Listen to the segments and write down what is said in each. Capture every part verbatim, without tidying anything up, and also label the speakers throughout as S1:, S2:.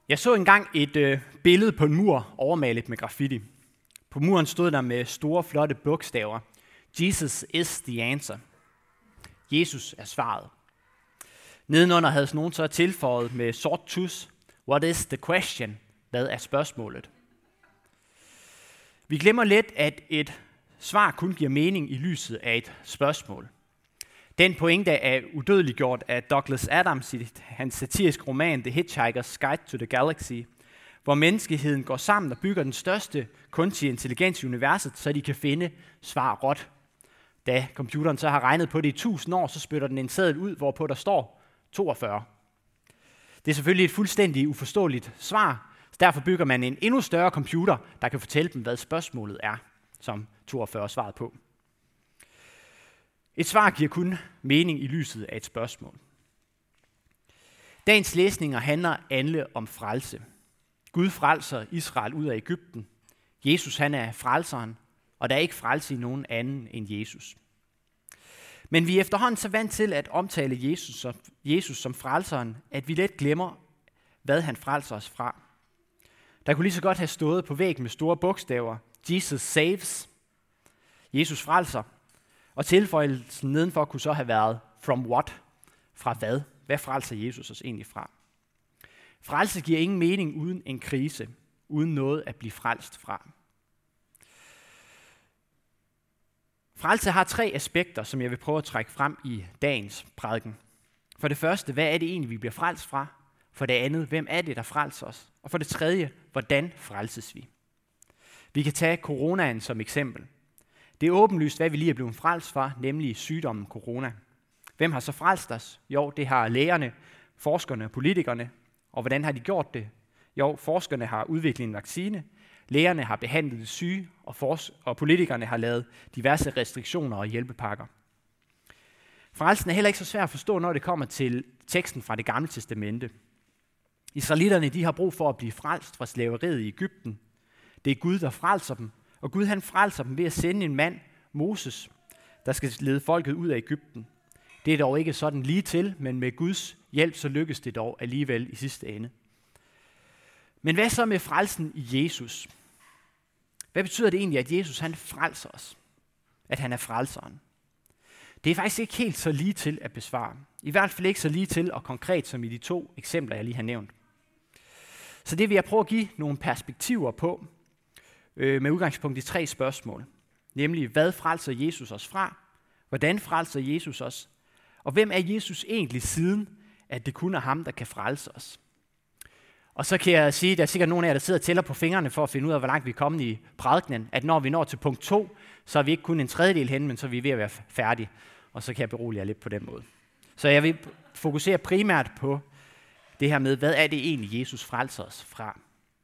S1: Jeg så engang et øh, billede på en mur overmalet med graffiti. På muren stod der med store, flotte bogstaver: Jesus is the answer. Jesus er svaret. Nedenunder havde nogen så tilføjet med sort tus: What is the question? Hvad er spørgsmålet? Vi glemmer let, at et svar kun giver mening i lyset af et spørgsmål. Den pointe er udødeliggjort af Douglas Adams i hans satiriske roman The Hitchhiker's Guide to the Galaxy, hvor menneskeheden går sammen og bygger den største kunstige intelligens i universet, så de kan finde svaret. Da computeren så har regnet på det i tusind år, så spytter den en seddel ud, hvorpå der står toogfyrre. Det er selvfølgelig et fuldstændig uforståeligt svar, så derfor bygger man en endnu større computer, der kan fortælle dem, hvad spørgsmålet er, som toogfyrre svaret på. Et svar giver kun mening i lyset af et spørgsmål. Dagens læsninger handler alle om frelse. Gud frelser Israel ud af Egypten. Jesus han er frelseren, og der er ikke frelse i nogen anden end Jesus. Men vi er efterhånden så vant til at omtale Jesus som, Jesus som frelseren, at vi let glemmer, hvad han frelser os fra. Der kunne lige så godt have stået på væggen med store bogstaver: Jesus saves. Jesus frelser. Og tilføjelsen nedenfor kunne så have været from what? Fra hvad? Hvad frelser Jesus os egentlig fra? Frelse giver ingen mening uden en krise, uden noget at blive frelst fra. Frelse har tre aspekter, som jeg vil prøve at trække frem i dagens prædiken. For det første, hvad er det egentlig, vi bliver frelst fra? For det andet, hvem er det, der frelser os? Og for det tredje, hvordan frelses vi? Vi kan tage coronaen som eksempel. Det er åbenlyst, hvad vi lige er blevet frelst fra, nemlig sygdommen corona. Hvem har så frelst os? Jo, det har lægerne, forskerne og politikerne. Og hvordan har de gjort det? Jo, forskerne har udviklet en vaccine, lægerne har behandlet det syge, og, fors- og politikerne har lavet diverse restriktioner og hjælpepakker. Frelsen er heller ikke så svær at forstå, når det kommer til teksten fra det gamle testamente. Israelitterne de har brug for at blive frelst fra slaveriet i Egypten. Det er Gud, der frelser dem, og Gud han frelser dem ved at sende en mand, Moses, der skal lede folket ud af Egypten. Det er dog ikke sådan lige til, men med Guds hjælp så lykkes det dog alligevel i sidste ende. Men hvad så med frelsen i Jesus? Hvad betyder det egentlig, at Jesus han frelser os? At han er frelseren? Det er faktisk ikke helt så lige til at besvare. I hvert fald ikke så lige til og konkret som i de to eksempler, jeg lige har nævnt. Så det vil jeg prøve at give nogle perspektiver på, øh, med udgangspunkt i tre spørgsmål. Nemlig, hvad frelser Jesus os fra? Hvordan frelser Jesus os? Og hvem er Jesus egentlig siden, at det kun er ham, der kan frelse os? Og så kan jeg sige, at der er sikkert nogle af jer, der sidder og tæller på fingrene for at finde ud af, hvor langt vi er kommet i prædikenen, at når vi når til punkt to, så er vi ikke kun en tredjedel henne, men så er vi ved at være færdige. Og så kan jeg berolige jer lidt på den måde. Så jeg vil fokusere primært på det her med, hvad er det egentlig, Jesus frelser os fra?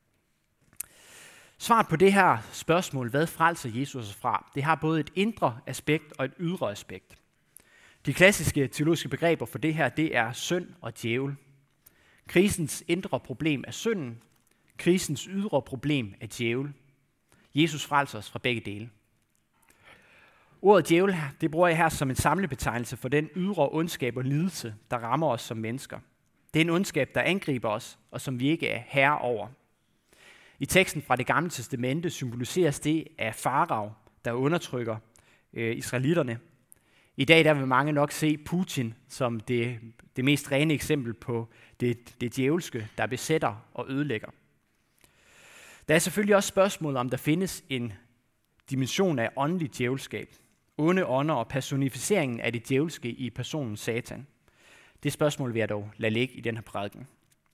S1: Svaret på det her spørgsmål, hvad frelser Jesus os fra, det har både et indre aspekt og et ydre aspekt. De klassiske teologiske begreber for det her, det er synd og djævel. Krisens indre problem er synden, krisens ydre problem er djævel. Jesus frelser os fra begge dele. Ordet djævel, det bruger jeg her som en samlebetegnelse for den ydre ondskab og lidelse, der rammer os som mennesker. Det er en ondskab, der angriber os, og som vi ikke er herre over. I teksten fra det gamle testamente symboliseres det af Farao, der undertrykker øh, israelitterne. I dag der vil mange nok se Putin som det, det mest rene eksempel på det, det djævelske, der besætter og ødelægger. Der er selvfølgelig også spørgsmålet, om der findes en dimension af åndelig djævelskab, onde ånder og personificeringen af det djævelske i personen Satan. Det spørgsmål vil jeg dog lade ligge i den her prædiken.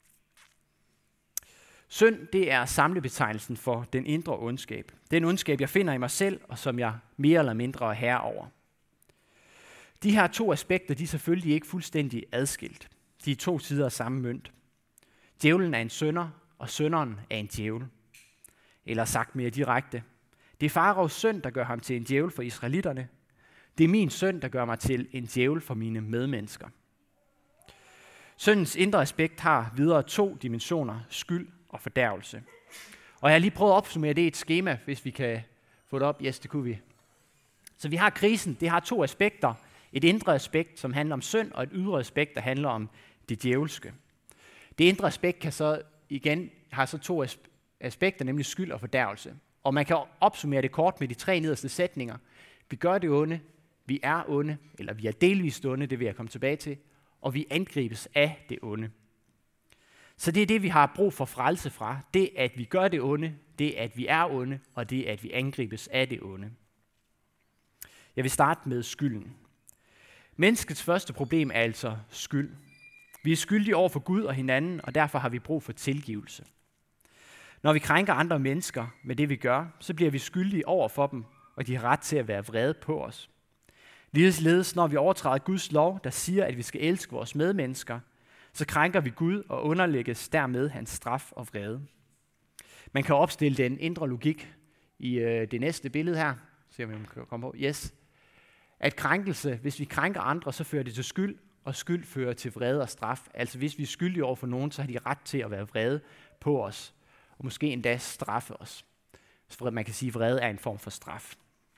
S1: Synd, det er samlebetegnelsen for den indre ondskab. Den ondskab, jeg finder i mig selv, og som jeg mere eller mindre er herre over. De her to aspekter, de er selvfølgelig ikke fuldstændig adskilt. De er to sider af samme mønt. Djævlen er en synder, og synderen er en djævel. Eller sagt mere direkte, det er Faraos synd, der gør ham til en djævel for israelitterne. Det er min synd, der gør mig til en djævel for mine medmennesker. Syndens indre aspekt har videre to dimensioner, skyld og fordærvelse. Og jeg har lige prøvet at opsummere det i et skema, hvis vi kan få det op. Yes, det kunne vi. Så vi har krisen, det har to aspekter. Et indre aspekt, som handler om synd, og et ydre aspekt, der handler om det djævelske. Det indre aspekt kan så igen har så to aspekter, nemlig skyld og fordærvelse. Og man kan opsummere det kort med de tre nederste sætninger. Vi gør det onde, vi er onde, eller vi er delvist onde, det vil jeg komme tilbage til, og vi angribes af det onde. Så det er det, vi har brug for frelse fra. Det, at vi gør det onde, det, at vi er onde, og det, at vi angribes af det onde. Jeg vil starte med skylden. Menneskets første problem er altså skyld. Vi er skyldige over for Gud og hinanden, og derfor har vi brug for tilgivelse. Når vi krænker andre mennesker med det, vi gør, så bliver vi skyldige over for dem, og de har ret til at være vrede på os. Ligeledes, når vi overtræder Guds lov, der siger, at vi skal elske vores medmennesker, så krænker vi Gud og underlægges dermed hans straf og vrede. Man kan opstille den indre logik i øh, det næste billede her. Se om vi kan komme på. Yes. At krænkelse, hvis vi krænker andre, så fører det til skyld, og skyld fører til vrede og straf. Altså hvis vi er skyldige over for nogen, så har de ret til at være vrede på os, og måske endda straffe os. Så man kan sige, at vrede er en form for straf.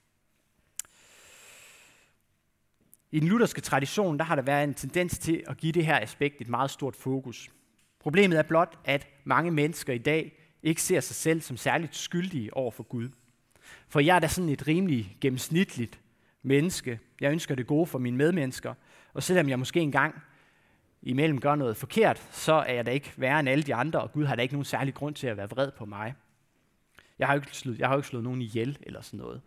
S1: I den lutherske tradition, der har der været en tendens til at give det her aspekt et meget stort fokus. Problemet er blot, at mange mennesker i dag ikke ser sig selv som særligt skyldige over for Gud. For jeg er da sådan et rimelig gennemsnitligt menneske. Jeg ønsker det gode for mine medmennesker, og selvom jeg måske engang imellem gør noget forkert, så er jeg da ikke værre end alle de andre, og Gud har da ikke nogen særlig grund til at være vred på mig. Jeg har jo ikke slået, jeg har jo ikke slået nogen ihjel eller sådan noget.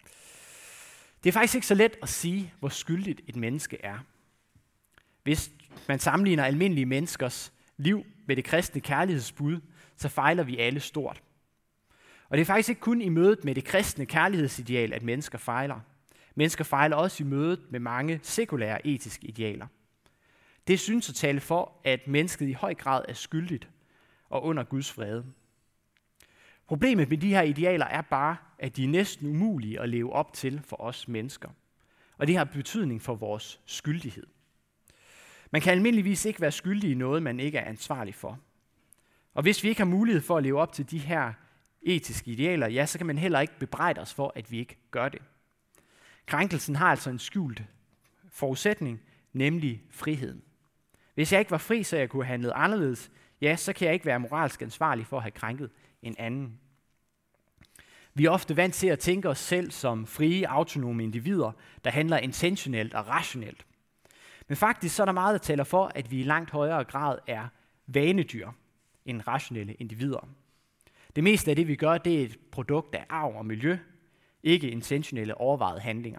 S1: Det er faktisk ikke så let at sige, hvor skyldigt et menneske er. Hvis man sammenligner almindelige menneskers liv med det kristne kærlighedsbud, så fejler vi alle stort. Og det er faktisk ikke kun i mødet med det kristne kærlighedsideal, at mennesker fejler. Mennesker fejler også i mødet med mange sekulære etiske idealer. Det synes at tale for, at mennesket i høj grad er skyldigt og under Guds vrede. Problemet med de her idealer er bare, at de er næsten umulige at leve op til for os mennesker. Og det har betydning for vores skyldighed. Man kan almindeligvis ikke være skyldig i noget, man ikke er ansvarlig for. Og hvis vi ikke har mulighed for at leve op til de her etiske idealer, ja, så kan man heller ikke bebrejde os for, at vi ikke gør det. Krænkelsen har altså en skjult forudsætning, nemlig friheden. Hvis jeg ikke var fri, så jeg kunne have handlet anderledes, ja, så kan jeg ikke være moralsk ansvarlig for at have krænket en anden. Vi er ofte vant til at tænke os selv som frie, autonome individer, der handler intentionelt og rationelt. Men faktisk så er der meget, der taler for, at vi i langt højere grad er vanedyr end rationelle individer. Det meste af det, vi gør, det er et produkt af arv og miljø, ikke intentionelle overvejede handlinger.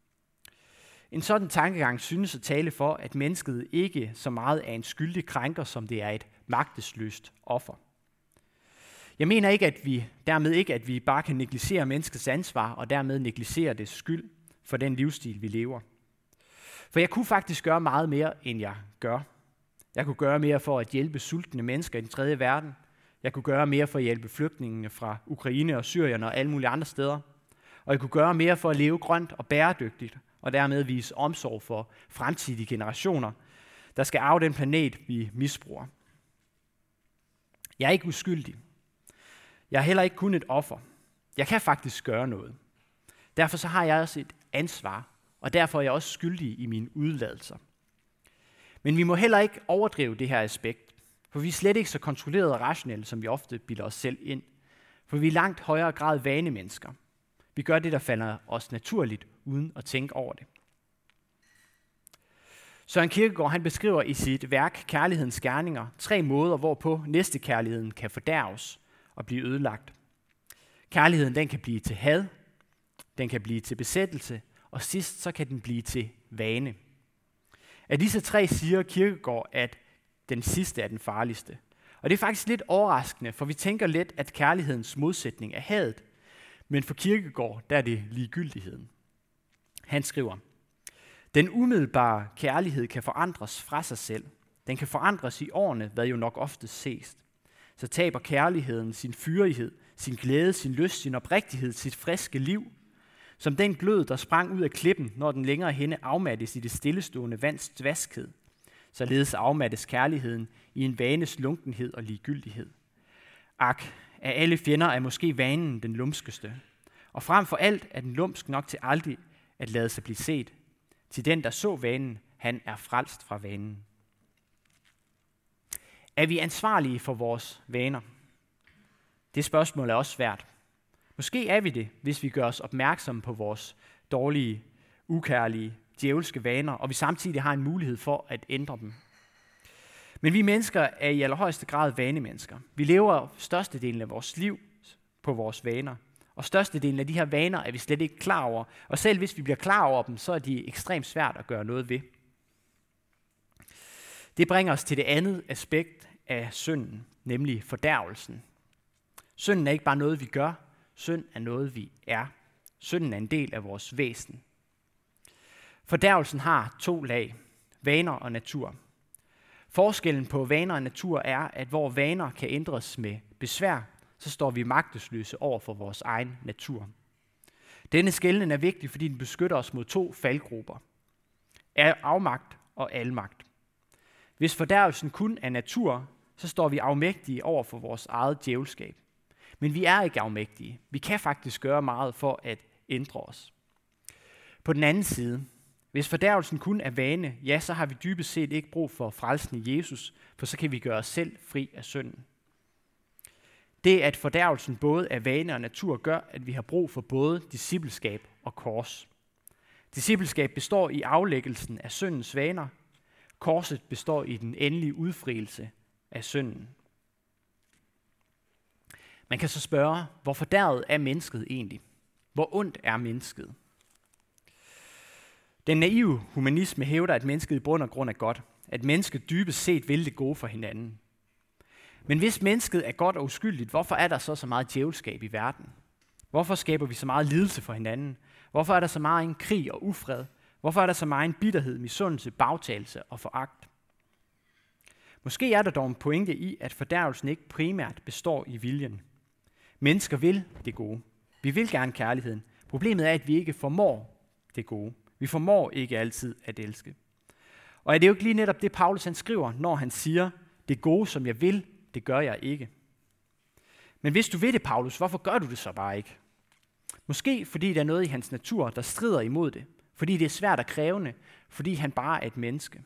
S1: En sådan tankegang synes at tale for, at mennesket ikke så meget er en skyldig krænker, som det er et magtesløst offer. Jeg mener ikke, at vi dermed ikke, at vi bare kan negligere menneskets ansvar og dermed negligere det skyld for den livsstil, vi lever. For jeg kunne faktisk gøre meget mere, end jeg gør. Jeg kunne gøre mere for at hjælpe sultne mennesker i den tredje verden. Jeg kunne gøre mere for at hjælpe flygtningene fra Ukraine og Syrien og alle mulige andre steder. Og jeg kunne gøre mere for at leve grønt og bæredygtigt, og dermed vise omsorg for fremtidige generationer, der skal arve den planet, vi misbruger. Jeg er ikke uskyldig. Jeg er heller ikke kun et offer. Jeg kan faktisk gøre noget. Derfor så har jeg også et ansvar, og derfor er jeg også skyldig i mine udladelser. Men vi må heller ikke overdrive det her aspekt, for vi er slet ikke så kontrolleret og rationelle, som vi ofte bilder os selv ind. For vi er langt højere grad vanemennesker. Vi gør det, der falder os naturligt, uden at tænke over det. Søren Kierkegaard han beskriver i sit værk Kærlighedens gerninger tre måder, hvorpå næstekærligheden kan fordærves og blive ødelagt. Kærligheden den kan blive til had, den kan blive til besættelse, og sidst så kan den blive til vane. Af disse tre siger Kierkegaard, at den sidste er den farligste. Og det er faktisk lidt overraskende, for vi tænker let, at kærlighedens modsætning er hadet, men for Kierkegaard der er det ligegyldigheden. Han skriver, den umiddelbare kærlighed kan forandres fra sig selv. Den kan forandres i årene, hvad jo nok ofte ses. Så taber kærligheden sin fyrighed, sin glæde, sin lyst, sin oprigtighed, sit friske liv, som den glød, der sprang ud af klippen, når den længere henne afmattes i det stillestående vands dvaskhed. Således afmattes kærligheden i en vanes lunkenhed og ligegyldighed. Ak, af alle fjender er måske vanen den lumskeste, og frem for alt er den lumsk nok til aldrig at lade sig blive set. Til den, der så vanen, han er frelst fra vanen. Er vi ansvarlige for vores vaner? Det spørgsmål er også svært. Måske er vi det, hvis vi gør os opmærksomme på vores dårlige, ukærlige, djævelske vaner, og vi samtidig har en mulighed for at ændre dem. Men vi mennesker er i allerhøjeste grad vanemennesker. Vi lever størstedelen af vores liv på vores vaner. Og størstedelen af de her vaner er vi slet ikke klar over. Og selv hvis vi bliver klar over dem, så er de ekstremt svært at gøre noget ved. Det bringer os til det andet aspekt af synden, nemlig fordærvelsen. Synden er ikke bare noget, vi gør. Synd er noget, vi er. Synden er en del af vores væsen. Fordærvelsen har to lag, vaner og natur. Forskellen på vaner og natur er, at hvor vaner kan ændres med besvær, så står vi magtesløse over for vores egen natur. Denne skelnen er vigtig, fordi den beskytter os mod to faldgrupper. Afmagt og almagt. Hvis fordærvelsen kun er natur, så står vi afmægtige over for vores eget djævelskab. Men vi er ikke afmægtige. Vi kan faktisk gøre meget for at ændre os. På den anden side, hvis fordærvelsen kun er vane, ja, så har vi dybest set ikke brug for frelsen i Jesus, for så kan vi gøre os selv fri af synden. Det, at fordærvelsen både er vane og natur, gør, at vi har brug for både discipleskab og kors. Discipleskab består i aflæggelsen af syndens vaner. Korset består i den endelige udfrielse af synden. Man kan så spørge, hvor fordærvet er mennesket egentlig? Hvor ondt er mennesket? Den naive humanisme hævder, at mennesket i bund og grund er godt. At mennesket dybest set vil det gode for hinanden. Men hvis mennesket er godt og uskyldigt, hvorfor er der så så meget djævelskab i verden? Hvorfor skaber vi så meget lidelse for hinanden? Hvorfor er der så meget en krig og ufred? Hvorfor er der så meget en bitterhed, misundelse, bagtagelse og foragt? Måske er der dog en pointe i, at fordærvelsen ikke primært består i viljen. Mennesker vil det gode. Vi vil gerne kærligheden. Problemet er, at vi ikke formår det gode. Vi formår ikke altid at elske. Og er det jo ikke lige netop det, Paulus han skriver, når han siger, det gode, som jeg vil, det gør jeg ikke. Men hvis du vil det, Paulus, hvorfor gør du det så bare ikke? Måske fordi der er noget i hans natur, der strider imod det. Fordi det er svært og krævende. Fordi han bare er et menneske.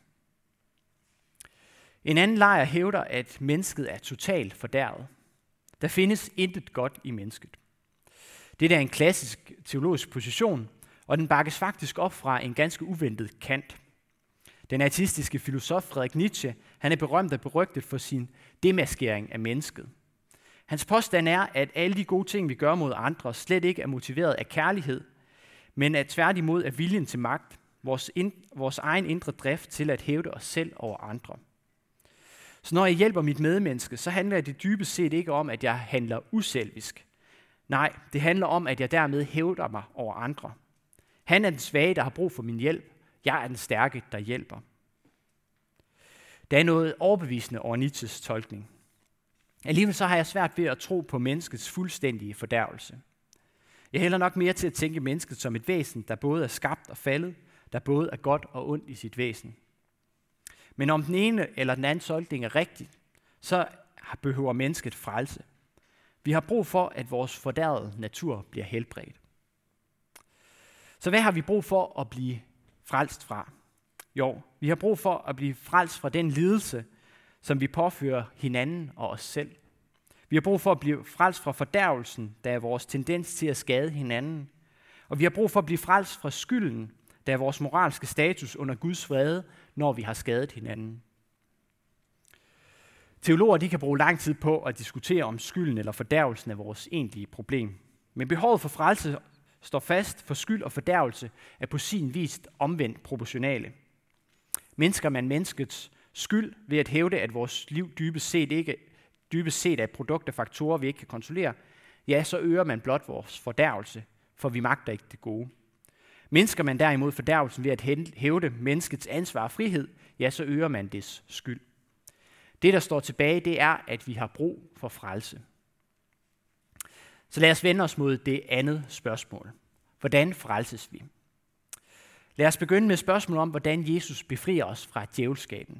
S1: En anden lejr hævder, at mennesket er totalt fordærvet. Der findes intet godt i mennesket. Det er en klassisk teologisk position, og den bakkes faktisk op fra en ganske uventet kant. Den ateistiske filosof Friedrich Nietzsche, han er berømt og berygtet for sin demaskering af mennesket. Hans påstand er, at alle de gode ting, vi gør mod andre, slet ikke er motiveret af kærlighed, men er tværtimod af viljen til magt, vores, ind, vores egen indre drift til at hævde os selv over andre. Så når jeg hjælper mit medmenneske, så handler det dybest set ikke om, at jeg handler uselvisk. Nej, det handler om, at jeg dermed hævder mig over andre. Han er den svage, der har brug for min hjælp. Jeg er den stærke, der hjælper. Der er noget overbevisende over Nietzsches tolkning. Alligevel så har jeg svært ved at tro på menneskets fuldstændige fordærvelse. Jeg hælder nok mere til at tænke mennesket som et væsen, der både er skabt og faldet, der både er godt og ondt i sit væsen. Men om den ene eller den anden tolkning er rigtig, så behøver mennesket frelse. Vi har brug for, at vores fordærvede natur bliver helbredt. Så hvad har vi brug for at blive frelst fra? Jo, vi har brug for at blive frelst fra den lidelse, som vi påfører hinanden og os selv. Vi har brug for at blive frelst fra fordærvelsen, der er vores tendens til at skade hinanden. Og vi har brug for at blive frelst fra skylden, der er vores moralske status under Guds vrede, når vi har skadet hinanden. Teologer de kan bruge lang tid på at diskutere om skylden eller fordærvelsen af vores egentlige problem. Men behovet for frelse står fast, for skyld og fordærvelse er på sin vis omvendt proportionale. Mennesker man menneskets skyld ved at hævde, at vores liv dybest set ikke dybest set er et produkt af faktorer, vi ikke kan kontrollere, ja, så øger man blot vores fordærvelse, for vi magter ikke det gode. Mindsker man derimod fordærvelsen ved at hævde menneskets ansvar og frihed, ja, så øger man dets skyld. Det, der står tilbage, det er, at vi har brug for frelse. Så lad os vende os mod det andet spørgsmål. Hvordan frelses vi? Lad os begynde med spørgsmålet om, hvordan Jesus befrier os fra djævelskaben.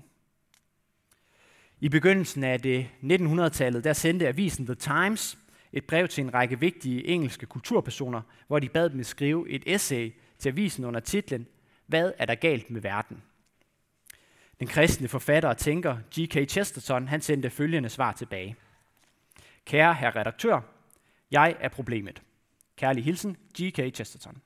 S1: I begyndelsen af det nitten hundrede-tallet, der sendte avisen The Times et brev til en række vigtige engelske kulturpersoner, hvor de bad dem at skrive et essay til avisen under titlen "Hvad er der galt med verden?" Den kristne forfatter og tænker G K Chesterton, han sendte følgende svar tilbage. Kære herre redaktør, jeg er problemet. Kærlig hilsen, G K Chesterton.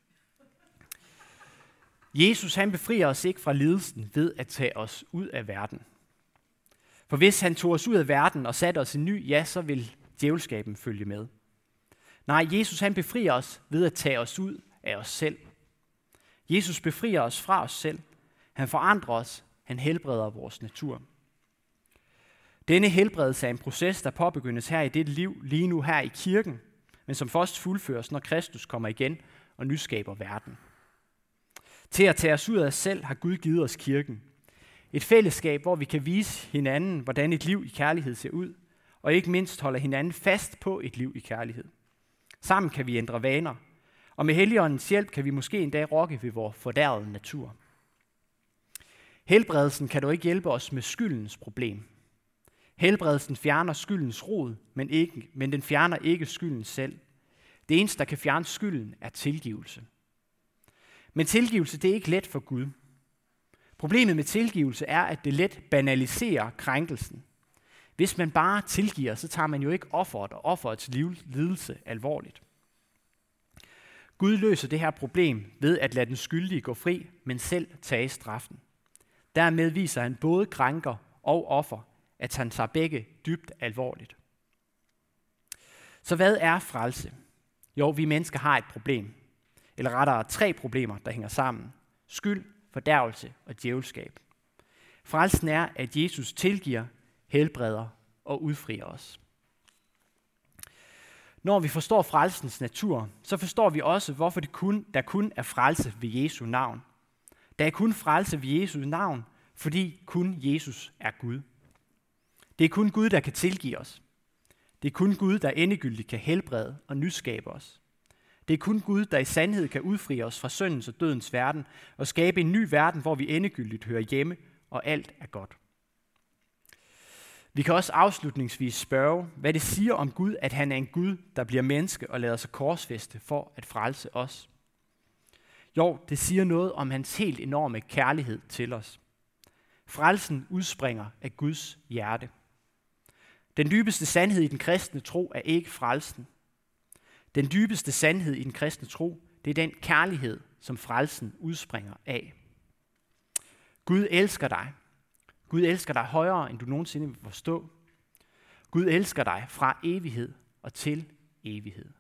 S1: Jesus han befrier os ikke fra lidelsen ved at tage os ud af verden. For hvis han tog os ud af verden og satte os en ny, ja, så vil djævelskaben følge med. Nej, Jesus han befrier os ved at tage os ud af os selv. Jesus befrier os fra os selv. Han forandrer os. Han helbreder vores natur. Denne helbredelse er en proces, der påbegyndes her i dette liv, lige nu her i kirken, men som først fuldføres, når Kristus kommer igen og nyskaber verden. Til at tage os ud af os selv har Gud givet os kirken. Et fællesskab, hvor vi kan vise hinanden, hvordan et liv i kærlighed ser ud, og ikke mindst holde hinanden fast på et liv i kærlighed. Sammen kan vi ændre vaner, og med Helligåndens hjælp kan vi måske en dag rokke ved vores fordærvede natur. Helbredelsen kan dog ikke hjælpe os med skyldens problem. Helbredelsen fjerner skyldens rod, men, ikke, men den fjerner ikke skylden selv. Det eneste, der kan fjerne skylden, er tilgivelse. Men tilgivelse, det er ikke let for Gud. Problemet med tilgivelse er, at det let banaliserer krænkelsen. Hvis man bare tilgiver, så tager man jo ikke offeret og offerets lidelse alvorligt. Gud løser det her problem ved at lade den skyldige gå fri, men selv tage straffen. Dermed viser han både krænker og offer, at han tager begge dybt alvorligt. Så hvad er frelse? Jo, vi mennesker har et problem. Eller rettere tre problemer, der hænger sammen. Skyld, fordærvelse og djævelskab. Frelsen er, at Jesus tilgiver, helbreder og udfrier os. Når vi forstår frelsens natur, så forstår vi også, hvorfor det kun, der kun er frelse ved Jesu navn. Der er kun frelse ved Jesu navn, fordi kun Jesus er Gud. Det er kun Gud, der kan tilgive os. Det er kun Gud, der endegyldigt kan helbrede og nyskabe os. Det er kun Gud, der i sandhed kan udfri os fra syndens og dødens verden og skabe en ny verden, hvor vi endegyldigt hører hjemme, og alt er godt. Vi kan også afslutningsvis spørge, hvad det siger om Gud, at han er en Gud, der bliver menneske og lader sig korsfæste for at frelse os. Jo, det siger noget om hans helt enorme kærlighed til os. Frelsen udspringer af Guds hjerte. Den dybeste sandhed i den kristne tro er ikke frelsen. Den dybeste sandhed i den kristne tro, det er den kærlighed, som frelsen udspringer af. Gud elsker dig. Gud elsker dig højere, end du nogensinde vil forstå. Gud elsker dig fra evighed og til evighed.